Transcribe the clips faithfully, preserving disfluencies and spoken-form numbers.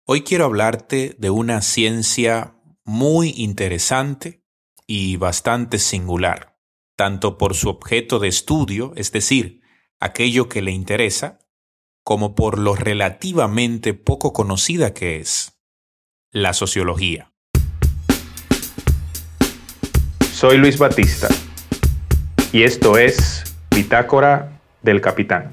Hoy quiero hablarte de una ciencia muy interesante y bastante singular, tanto por su objeto de estudio, es decir, aquello que le interesa, como por lo relativamente poco conocida que es: la sociología. Soy Luis Batista y esto es Bitácora del Capitán.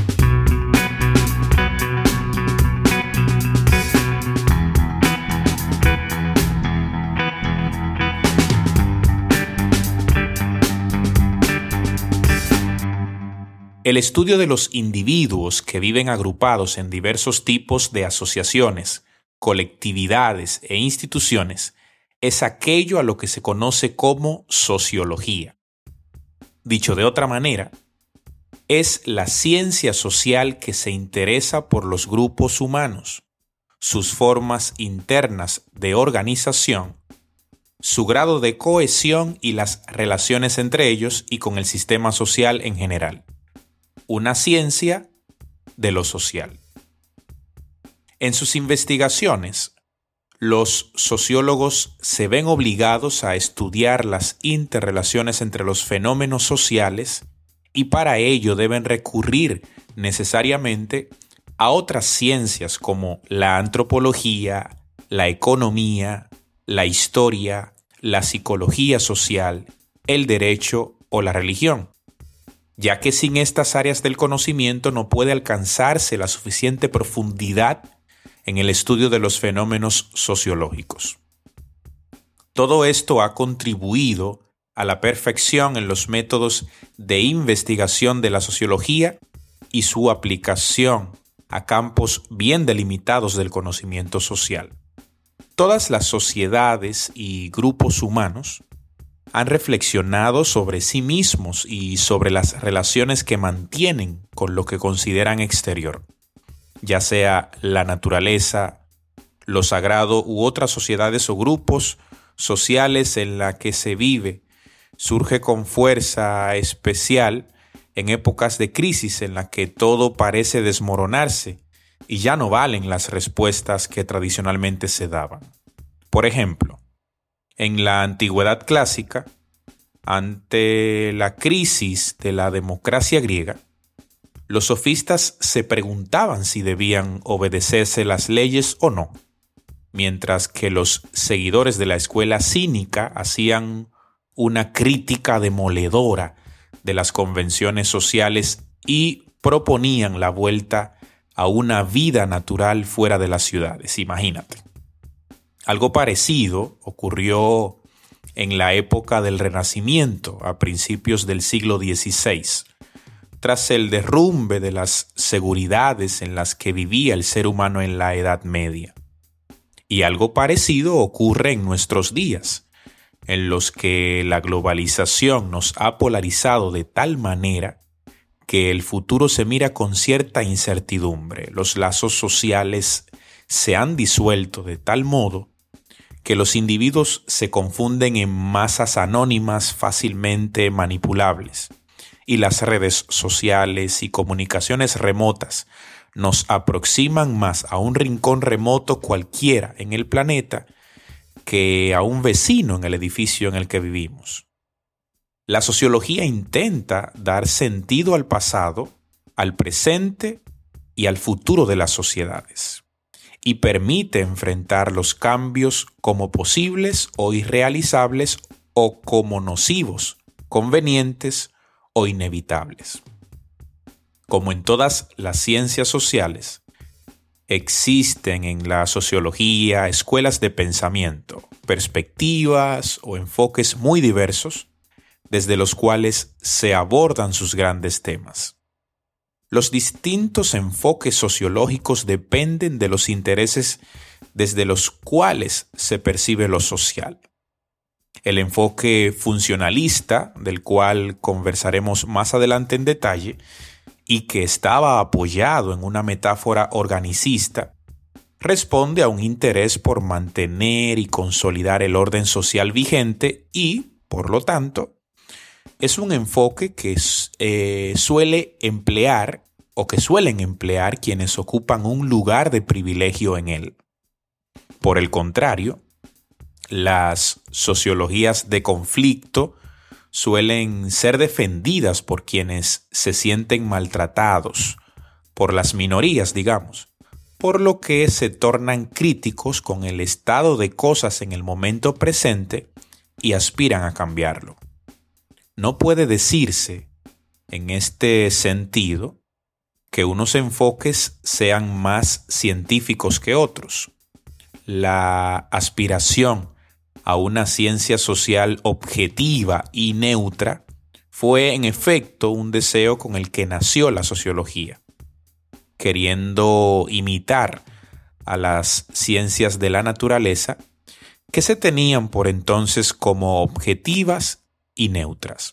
El estudio de los individuos que viven agrupados en diversos tipos de asociaciones, colectividades e instituciones es aquello a lo que se conoce como sociología. Dicho de otra manera, es la ciencia social que se interesa por los grupos humanos, sus formas internas de organización, su grado de cohesión y las relaciones entre ellos y con el sistema social en general. Una ciencia de lo social. En sus investigaciones, los sociólogos se ven obligados a estudiar las interrelaciones entre los fenómenos sociales y para ello deben recurrir necesariamente a otras ciencias como la antropología, la economía, la historia, la psicología social, el derecho o la religión, ya que sin estas áreas del conocimiento no puede alcanzarse la suficiente profundidad en el estudio de los fenómenos sociológicos. Todo esto ha contribuido a la perfección en los métodos de investigación de la sociología y su aplicación a campos bien delimitados del conocimiento social. Todas las sociedades y grupos humanos han reflexionado sobre sí mismos y sobre las relaciones que mantienen con lo que consideran exterior, ya sea la naturaleza, lo sagrado u otras sociedades o grupos sociales en la que se vive. Surge con fuerza especial en épocas de crisis en la que todo parece desmoronarse y ya no valen las respuestas que tradicionalmente se daban. Por ejemplo, en la antigüedad clásica, ante la crisis de la democracia griega, los sofistas se preguntaban si debían obedecerse las leyes o no, mientras que los seguidores de la escuela cínica hacían una crítica demoledora de las convenciones sociales y proponían la vuelta a una vida natural fuera de las ciudades. Imagínate. Algo parecido ocurrió en la época del Renacimiento, a principios del siglo dieciséis, tras el derrumbe de las seguridades en las que vivía el ser humano en la Edad Media. Y algo parecido ocurre en nuestros días, en los que la globalización nos ha polarizado de tal manera que el futuro se mira con cierta incertidumbre. Los lazos sociales se han disuelto de tal modo que los individuos se confunden en masas anónimas fácilmente manipulables, y las redes sociales y comunicaciones remotas nos aproximan más a un rincón remoto cualquiera en el planeta que a un vecino en el edificio en el que vivimos. La sociología intenta dar sentido al pasado, al presente y al futuro de las sociedades, y permite enfrentar los cambios como posibles o irrealizables o como nocivos, convenientes o inevitables. Como en todas las ciencias sociales, existen en la sociología escuelas de pensamiento, perspectivas o enfoques muy diversos, desde los cuales se abordan sus grandes temas. Los distintos enfoques sociológicos dependen de los intereses desde los cuales se percibe lo social. El enfoque funcionalista, del cual conversaremos más adelante en detalle, y que estaba apoyado en una metáfora organicista, responde a un interés por mantener y consolidar el orden social vigente y, por lo tanto, es un enfoque que eh, suele emplear o que suelen emplear quienes ocupan un lugar de privilegio en él. Por el contrario, las sociologías de conflicto suelen ser defendidas por quienes se sienten maltratados, por las minorías, digamos, por lo que se tornan críticos con el estado de cosas en el momento presente y aspiran a cambiarlo. No puede decirse, en este sentido, que unos enfoques sean más científicos que otros. La aspiración a una ciencia social objetiva y neutra fue en efecto un deseo con el que nació la sociología, queriendo imitar a las ciencias de la naturaleza que se tenían por entonces como objetivas y neutras.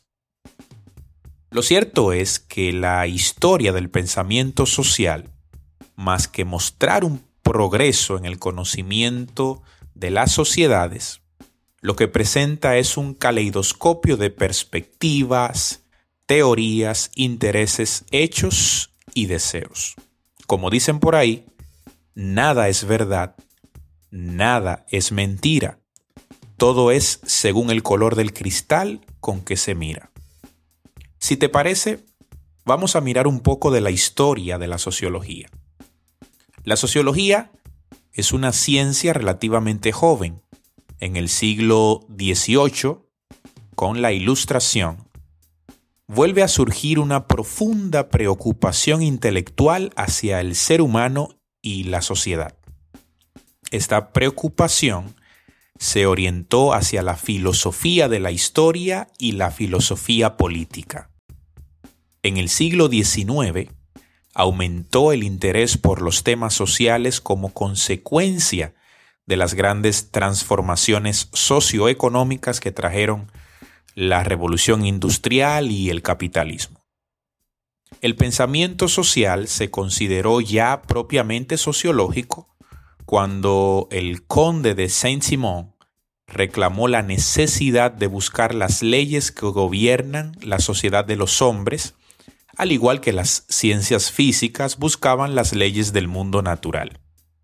Lo cierto es que la historia del pensamiento social, más que mostrar un progreso en el conocimiento de las sociedades, lo que presenta es un caleidoscopio de perspectivas, teorías, intereses, hechos y deseos. Como dicen por ahí, nada es verdad, nada es mentira. Todo es según el color del cristal con que se mira. Si te parece, vamos a mirar un poco de la historia de la sociología. La sociología es una ciencia relativamente joven. En el siglo dieciocho, con la Ilustración, vuelve a surgir una profunda preocupación intelectual hacia el ser humano y la sociedad. Esta preocupación se orientó hacia la filosofía de la historia y la filosofía política. En el siglo diecinueve, aumentó el interés por los temas sociales como consecuencia de las grandes transformaciones socioeconómicas que trajeron la revolución industrial y el capitalismo. El pensamiento social se consideró ya propiamente sociológico cuando el conde de Saint-Simon reclamó la necesidad de buscar las leyes que gobiernan la sociedad de los hombres, al igual que las ciencias físicas buscaban las leyes del mundo natural.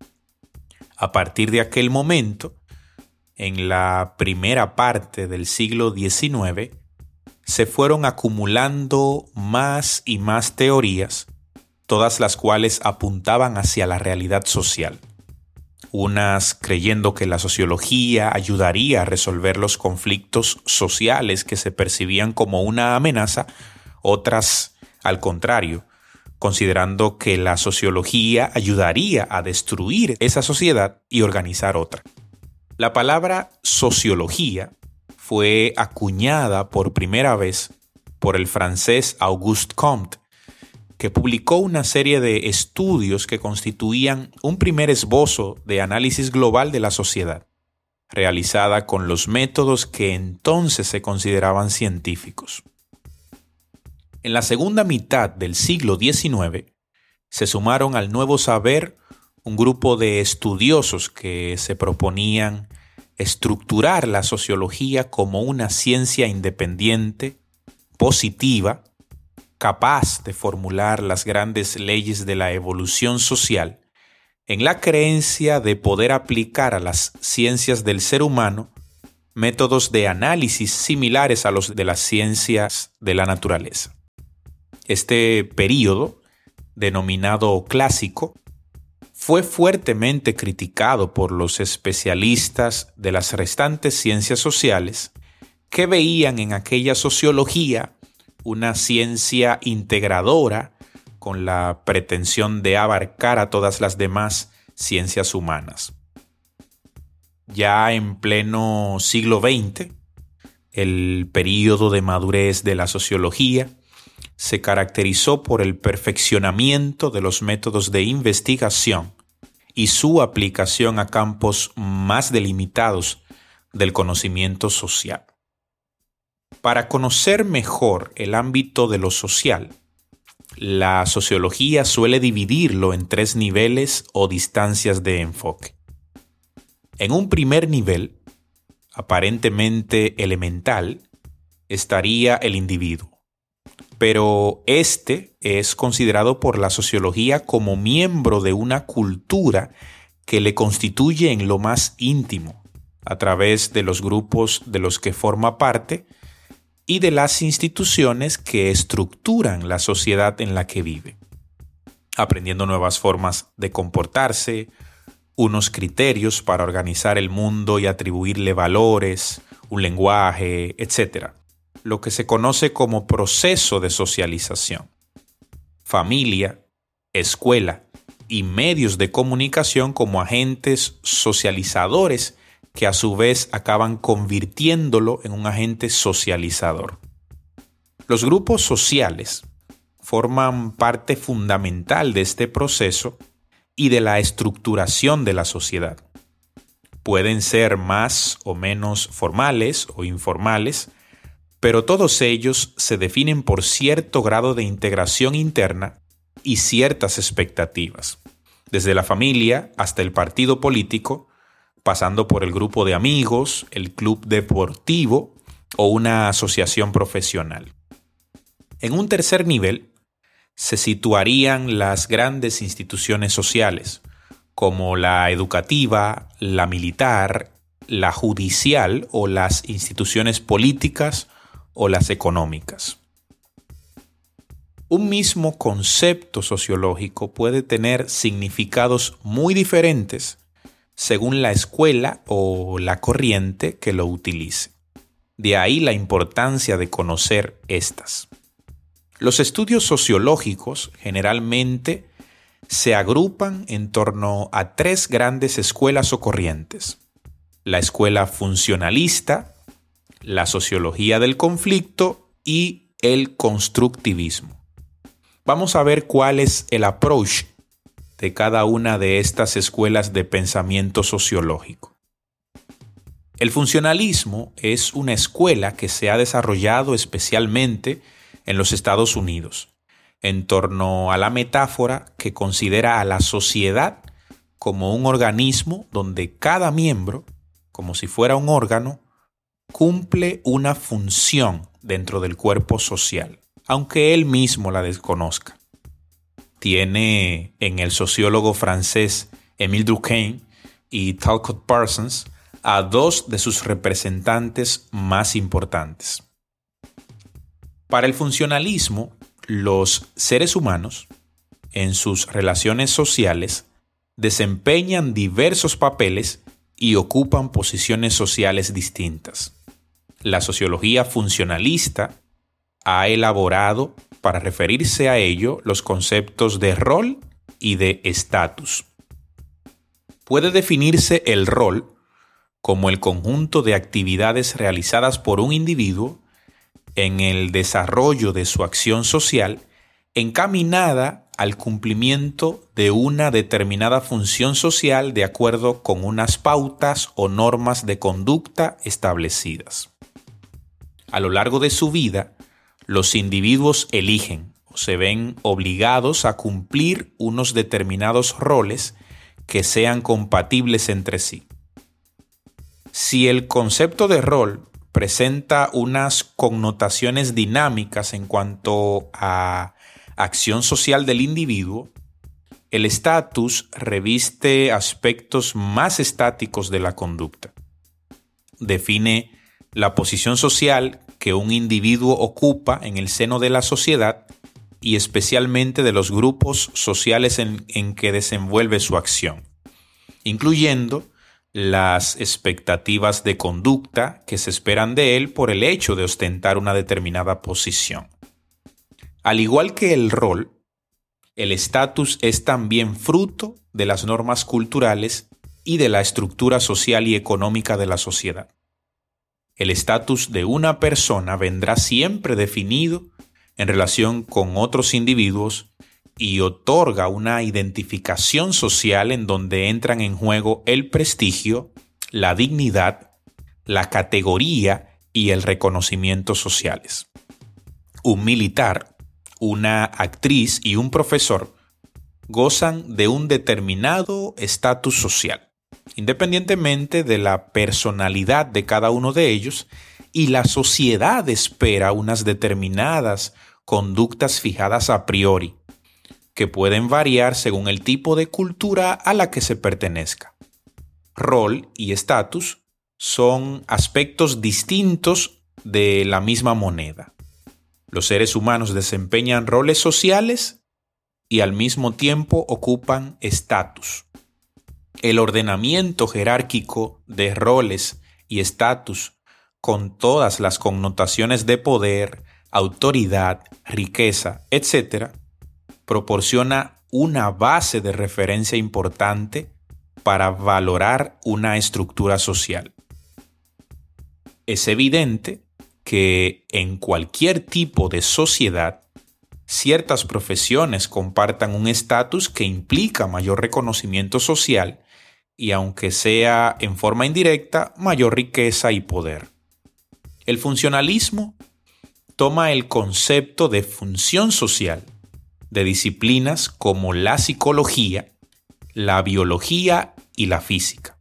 A partir de aquel momento, en la primera parte del siglo diecinueve, se fueron acumulando más y más teorías, todas las cuales apuntaban hacia la realidad social. Unas creyendo que la sociología ayudaría a resolver los conflictos sociales que se percibían como una amenaza, otras, al contrario, considerando que la sociología ayudaría a destruir esa sociedad y organizar otra. La palabra sociología fue acuñada por primera vez por el francés Auguste Comte, que publicó una serie de estudios que constituían un primer esbozo de análisis global de la sociedad, realizada con los métodos que entonces se consideraban científicos. En la segunda mitad del siglo diecinueve, se sumaron al nuevo saber un grupo de estudiosos que se proponían estructurar la sociología como una ciencia independiente, positiva, capaz de formular las grandes leyes de la evolución social, en la creencia de poder aplicar a las ciencias del ser humano métodos de análisis similares a los de las ciencias de la naturaleza. Este período, denominado clásico, fue fuertemente criticado por los especialistas de las restantes ciencias sociales que veían en aquella sociología una ciencia integradora con la pretensión de abarcar a todas las demás ciencias humanas. Ya en pleno siglo veinte, el período de madurez de la sociología se caracterizó por el perfeccionamiento de los métodos de investigación y su aplicación a campos más delimitados del conocimiento social. Para conocer mejor el ámbito de lo social, la sociología suele dividirlo en tres niveles o distancias de enfoque. En un primer nivel, aparentemente elemental, estaría el individuo. Pero este es considerado por la sociología como miembro de una cultura que le constituye en lo más íntimo, a través de los grupos de los que forma parte y de las instituciones que estructuran la sociedad en la que vive, aprendiendo nuevas formas de comportarse, unos criterios para organizar el mundo y atribuirle valores, un lenguaje, etcétera, lo que se conoce como proceso de socialización. Familia, escuela y medios de comunicación como agentes socializadores que a su vez acaban convirtiéndolo en un agente socializador. Los grupos sociales forman parte fundamental de este proceso y de la estructuración de la sociedad. Pueden ser más o menos formales o informales, pero todos ellos se definen por cierto grado de integración interna y ciertas expectativas, desde la familia hasta el partido político, pasando por el grupo de amigos, el club deportivo o una asociación profesional. En un tercer nivel, se situarían las grandes instituciones sociales, como la educativa, la militar, la judicial o las instituciones políticas o las económicas. Un mismo concepto sociológico puede tener significados muy diferentes según la escuela o la corriente que lo utilice. De ahí la importancia de conocer estas. Los estudios sociológicos generalmente se agrupan en torno a tres grandes escuelas o corrientes: la escuela funcionalista, la sociología del conflicto y el constructivismo. Vamos a ver cuál es el approach de cada una de estas escuelas de pensamiento sociológico. El funcionalismo es una escuela que se ha desarrollado especialmente en los Estados Unidos, en torno a la metáfora que considera a la sociedad como un organismo donde cada miembro, como si fuera un órgano, cumple una función dentro del cuerpo social, aunque él mismo la desconozca. Tiene en el sociólogo francés Émile Durkheim y Talcott Parsons a dos de sus representantes más importantes. Para el funcionalismo, los seres humanos, en sus relaciones sociales, desempeñan diversos papeles y ocupan posiciones sociales distintas. La sociología funcionalista ha elaborado, para referirse a ello, los conceptos de rol y de estatus. Puede definirse el rol como el conjunto de actividades realizadas por un individuo en el desarrollo de su acción social encaminada al cumplimiento de una determinada función social de acuerdo con unas pautas o normas de conducta establecidas. A lo largo de su vida, los individuos eligen o se ven obligados a cumplir unos determinados roles que sean compatibles entre sí. Si el concepto de rol presenta unas connotaciones dinámicas en cuanto a acción social del individuo, el estatus reviste aspectos más estáticos de la conducta. Define la posición social que un individuo ocupa en el seno de la sociedad y especialmente de los grupos sociales en, en que desenvuelve su acción, incluyendo las expectativas de conducta que se esperan de él por el hecho de ostentar una determinada posición. Al igual que el rol, el estatus es también fruto de las normas culturales y de la estructura social y económica de la sociedad. El estatus de una persona vendrá siempre definido en relación con otros individuos y otorga una identificación social en donde entran en juego el prestigio, la dignidad, la categoría y el reconocimiento sociales. Un militar, una actriz y un profesor gozan de un determinado estatus social, independientemente de la personalidad de cada uno de ellos, y la sociedad espera unas determinadas conductas fijadas a priori, que pueden variar según el tipo de cultura a la que se pertenezca. Rol y estatus son aspectos distintos de la misma moneda. Los seres humanos desempeñan roles sociales y al mismo tiempo ocupan estatus. El ordenamiento jerárquico de roles y estatus, con todas las connotaciones de poder, autoridad, riqueza, etcétera, proporciona una base de referencia importante para valorar una estructura social. Es evidente que en cualquier tipo de sociedad, ciertas profesiones compartan un estatus que implica mayor reconocimiento social y, aunque sea en forma indirecta, mayor riqueza y poder. El funcionalismo toma el concepto de función social de disciplinas como la psicología, la biología y la física.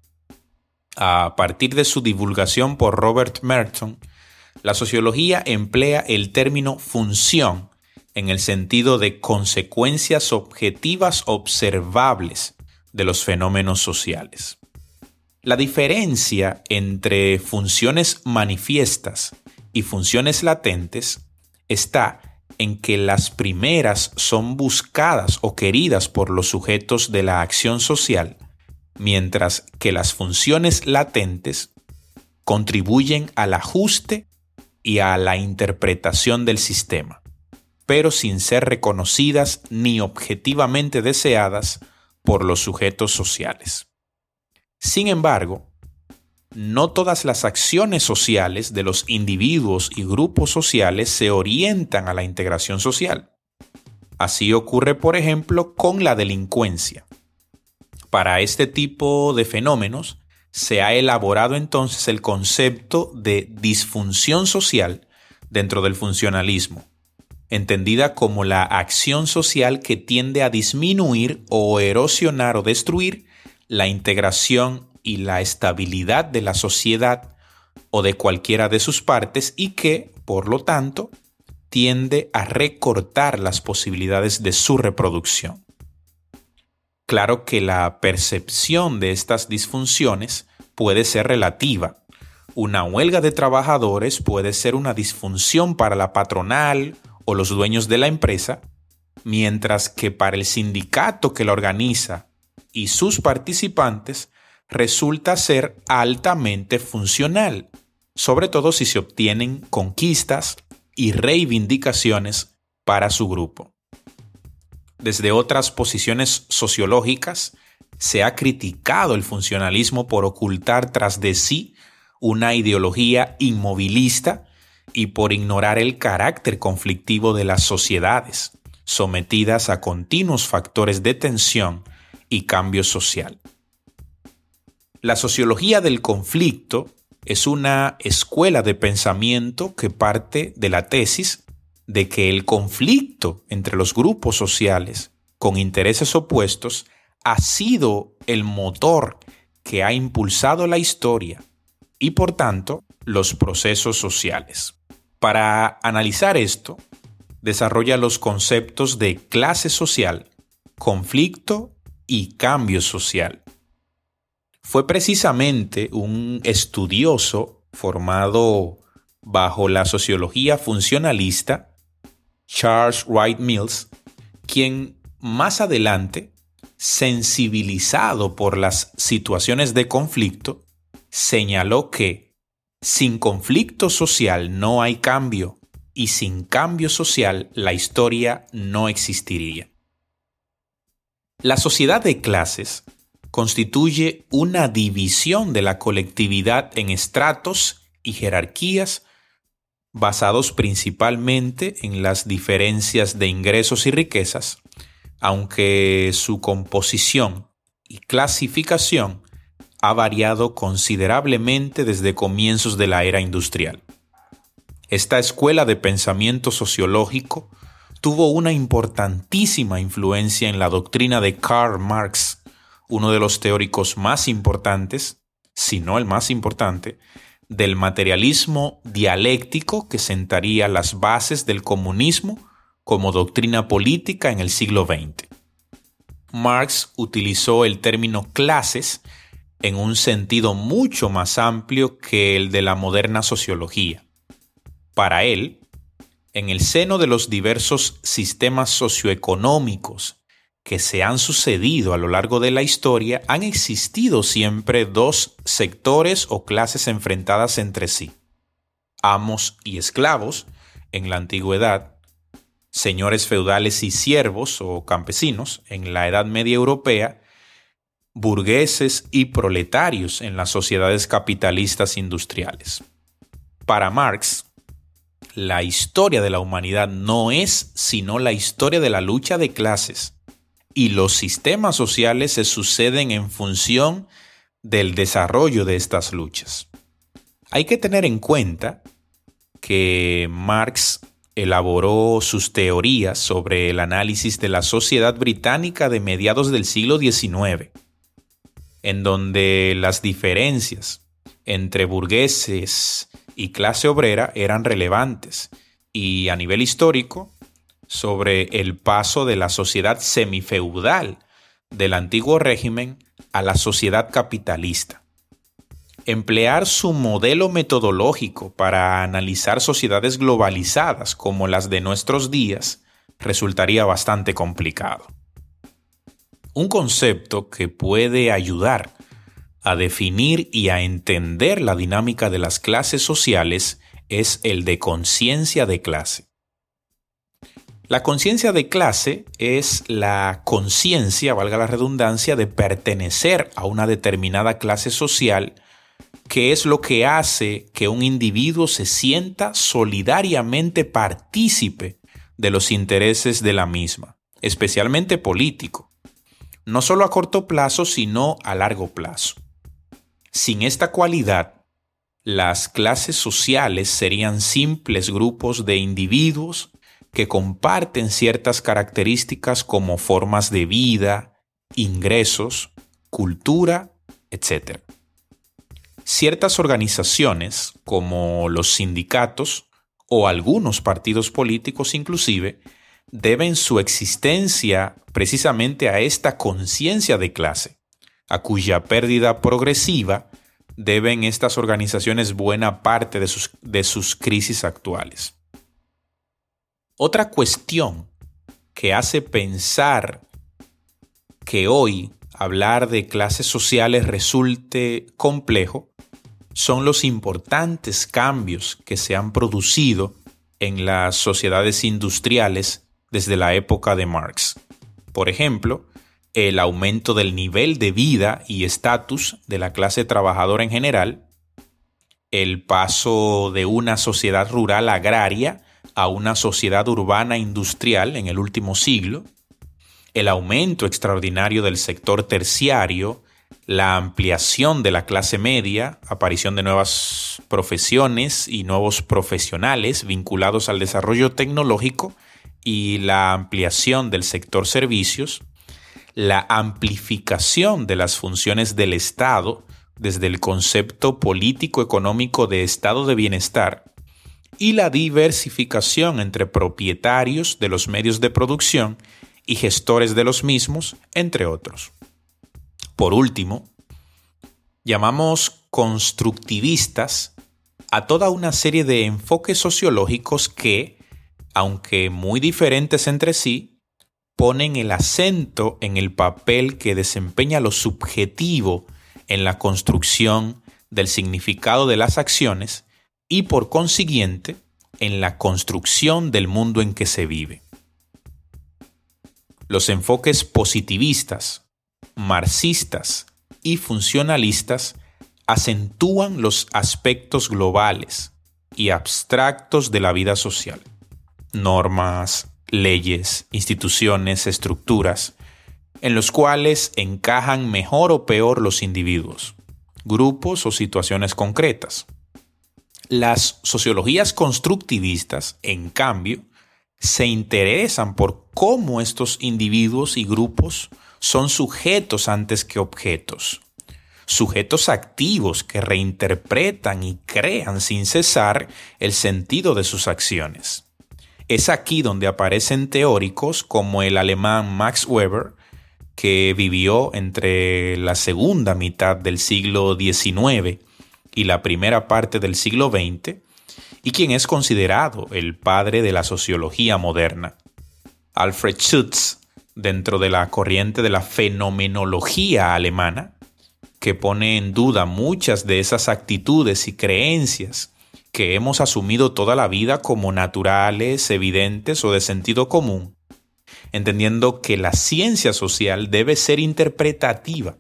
A partir de su divulgación por Robert Merton, la sociología emplea el término función en el sentido de consecuencias objetivas observables de los fenómenos sociales. La diferencia entre funciones manifiestas y funciones latentes está en que las primeras son buscadas o queridas por los sujetos de la acción social, mientras que las funciones latentes contribuyen al ajuste y a la interpretación del sistema, pero sin ser reconocidas ni objetivamente deseadas por los sujetos sociales. Sin embargo, no todas las acciones sociales de los individuos y grupos sociales se orientan a la integración social. Así ocurre, por ejemplo, con la delincuencia. Para este tipo de fenómenos se ha elaborado entonces el concepto de disfunción social dentro del funcionalismo, entendida como la acción social que tiende a disminuir o erosionar o destruir la integración y la estabilidad de la sociedad o de cualquiera de sus partes y que, por lo tanto, tiende a recortar las posibilidades de su reproducción. Claro que la percepción de estas disfunciones puede ser relativa. Una huelga de trabajadores puede ser una disfunción para la patronal o los dueños de la empresa, mientras que para el sindicato que la organiza y sus participantes resulta ser altamente funcional, sobre todo si se obtienen conquistas y reivindicaciones para su grupo. Desde otras posiciones sociológicas se ha criticado el funcionalismo por ocultar tras de sí una ideología inmovilista y por ignorar el carácter conflictivo de las sociedades, sometidas a continuos factores de tensión y cambio social. La sociología del conflicto es una escuela de pensamiento que parte de la tesis de que el conflicto entre los grupos sociales con intereses opuestos ha sido el motor que ha impulsado la historia y, por tanto, los procesos sociales. Para analizar esto, desarrolla los conceptos de clase social, conflicto y cambio social. Fue precisamente un estudioso formado bajo la sociología funcionalista, Charles Wright Mills, quien más adelante, sensibilizado por las situaciones de conflicto, señaló que sin conflicto social no hay cambio y sin cambio social la historia no existiría. La sociedad de clases constituye una división de la colectividad en estratos y jerarquías basados principalmente en las diferencias de ingresos y riquezas, aunque su composición y clasificación ha variado considerablemente desde comienzos de la era industrial. Esta escuela de pensamiento sociológico tuvo una importantísima influencia en la doctrina de Karl Marx, uno de los teóricos más importantes, si no el más importante, del materialismo dialéctico que sentaría las bases del comunismo como doctrina política en el siglo veinte. Marx utilizó el término clases en un sentido mucho más amplio que el de la moderna sociología. Para él, en el seno de los diversos sistemas socioeconómicos que se han sucedido a lo largo de la historia, han existido siempre dos sectores o clases enfrentadas entre sí: amos y esclavos en la antigüedad, señores feudales y siervos o campesinos en la Edad Media europea, burgueses y proletarios en las sociedades capitalistas industriales. Para Marx, la historia de la humanidad no es sino la historia de la lucha de clases, y los sistemas sociales se suceden en función del desarrollo de estas luchas. Hay que tener en cuenta que Marx elaboró sus teorías sobre el análisis de la sociedad británica de mediados del siglo diecinueve, en donde las diferencias entre burgueses y clase obrera eran relevantes, y a nivel histórico, sobre el paso de la sociedad semifeudal del antiguo régimen a la sociedad capitalista. Emplear su modelo metodológico para analizar sociedades globalizadas como las de nuestros días resultaría bastante complicado. Un concepto que puede ayudar a definir y a entender la dinámica de las clases sociales es el de conciencia de clase. La conciencia de clase es la conciencia, valga la redundancia, de pertenecer a una determinada clase social, que es lo que hace que un individuo se sienta solidariamente partícipe de los intereses de la misma, especialmente político, no solo a corto plazo, sino a largo plazo. Sin esta cualidad, las clases sociales serían simples grupos de individuos que comparten ciertas características como formas de vida, ingresos, cultura, etcétera. Ciertas organizaciones, como los sindicatos o algunos partidos políticos inclusive, deben su existencia precisamente a esta conciencia de clase, a cuya pérdida progresiva deben estas organizaciones buena parte de sus, de sus crisis actuales. Otra cuestión que hace pensar que hoy hablar de clases sociales resulte complejo son los importantes cambios que se han producido en las sociedades industriales desde la época de Marx. Por ejemplo, el aumento del nivel de vida y estatus de la clase trabajadora en general, el paso de una sociedad rural agraria a una sociedad urbana industrial en el último siglo, el aumento extraordinario del sector terciario, la ampliación de la clase media, aparición de nuevas profesiones y nuevos profesionales vinculados al desarrollo tecnológico y la ampliación del sector servicios, la amplificación de las funciones del Estado desde el concepto político-económico de estado de bienestar y la diversificación entre propietarios de los medios de producción y gestores de los mismos, entre otros. Por último, llamamos constructivistas a toda una serie de enfoques sociológicos que, aunque muy diferentes entre sí, ponen el acento en el papel que desempeña lo subjetivo en la construcción del significado de las acciones y, por consiguiente, en la construcción del mundo en que se vive. Los enfoques positivistas, marxistas y funcionalistas acentúan los aspectos globales y abstractos de la vida social, normas, leyes, instituciones, estructuras, en los cuales encajan mejor o peor los individuos, grupos o situaciones concretas. Las sociologías constructivistas, en cambio, se interesan por cómo estos individuos y grupos son sujetos antes que objetos, sujetos activos que reinterpretan y crean sin cesar el sentido de sus acciones. Es aquí donde aparecen teóricos como el alemán Max Weber, que vivió entre la segunda mitad del siglo diecinueve y la primera parte del siglo veinte, y quien es considerado el padre de la sociología moderna. Alfred Schutz, dentro de la corriente de la fenomenología alemana, que pone en duda muchas de esas actitudes y creencias que hemos asumido toda la vida como naturales, evidentes o de sentido común, entendiendo que la ciencia social debe ser interpretativa.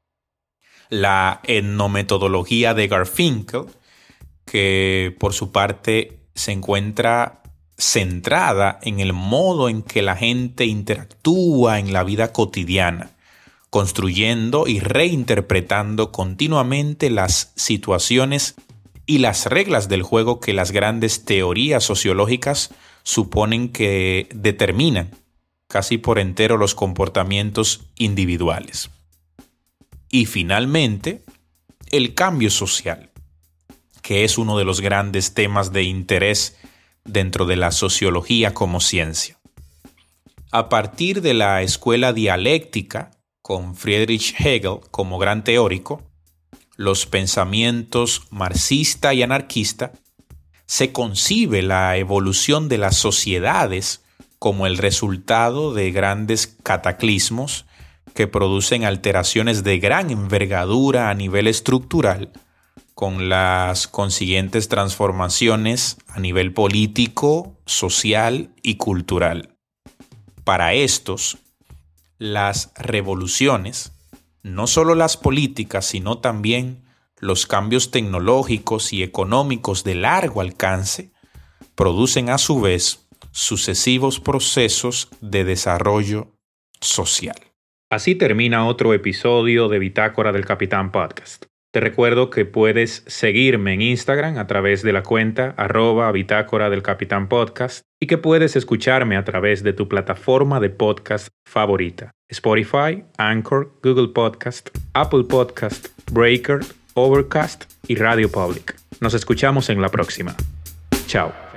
La etnometodología de Garfinkel, que por su parte se encuentra centrada en el modo en que la gente interactúa en la vida cotidiana, construyendo y reinterpretando continuamente las situaciones y las reglas del juego que las grandes teorías sociológicas suponen que determinan casi por entero los comportamientos individuales. Y finalmente, el cambio social, que es uno de los grandes temas de interés dentro de la sociología como ciencia. A partir de la escuela dialéctica, con Friedrich Hegel como gran teórico, los pensamientos marxista y anarquista, se concibe la evolución de las sociedades como el resultado de grandes cataclismos que producen alteraciones de gran envergadura a nivel estructural, con las consiguientes transformaciones a nivel político, social y cultural. Para estos, las revoluciones, no solo las políticas, sino también los cambios tecnológicos y económicos de largo alcance, producen a su vez sucesivos procesos de desarrollo social. Así termina otro episodio de Bitácora del Capitán Podcast. Te recuerdo que puedes seguirme en Instagram a través de la cuenta arroba Bitácora del Capitán Podcast y que puedes escucharme a través de tu plataforma de podcast favorita: Spotify, Anchor, Google Podcast, Apple Podcast, Breaker, Overcast y Radio Public. Nos escuchamos en la próxima. Chao.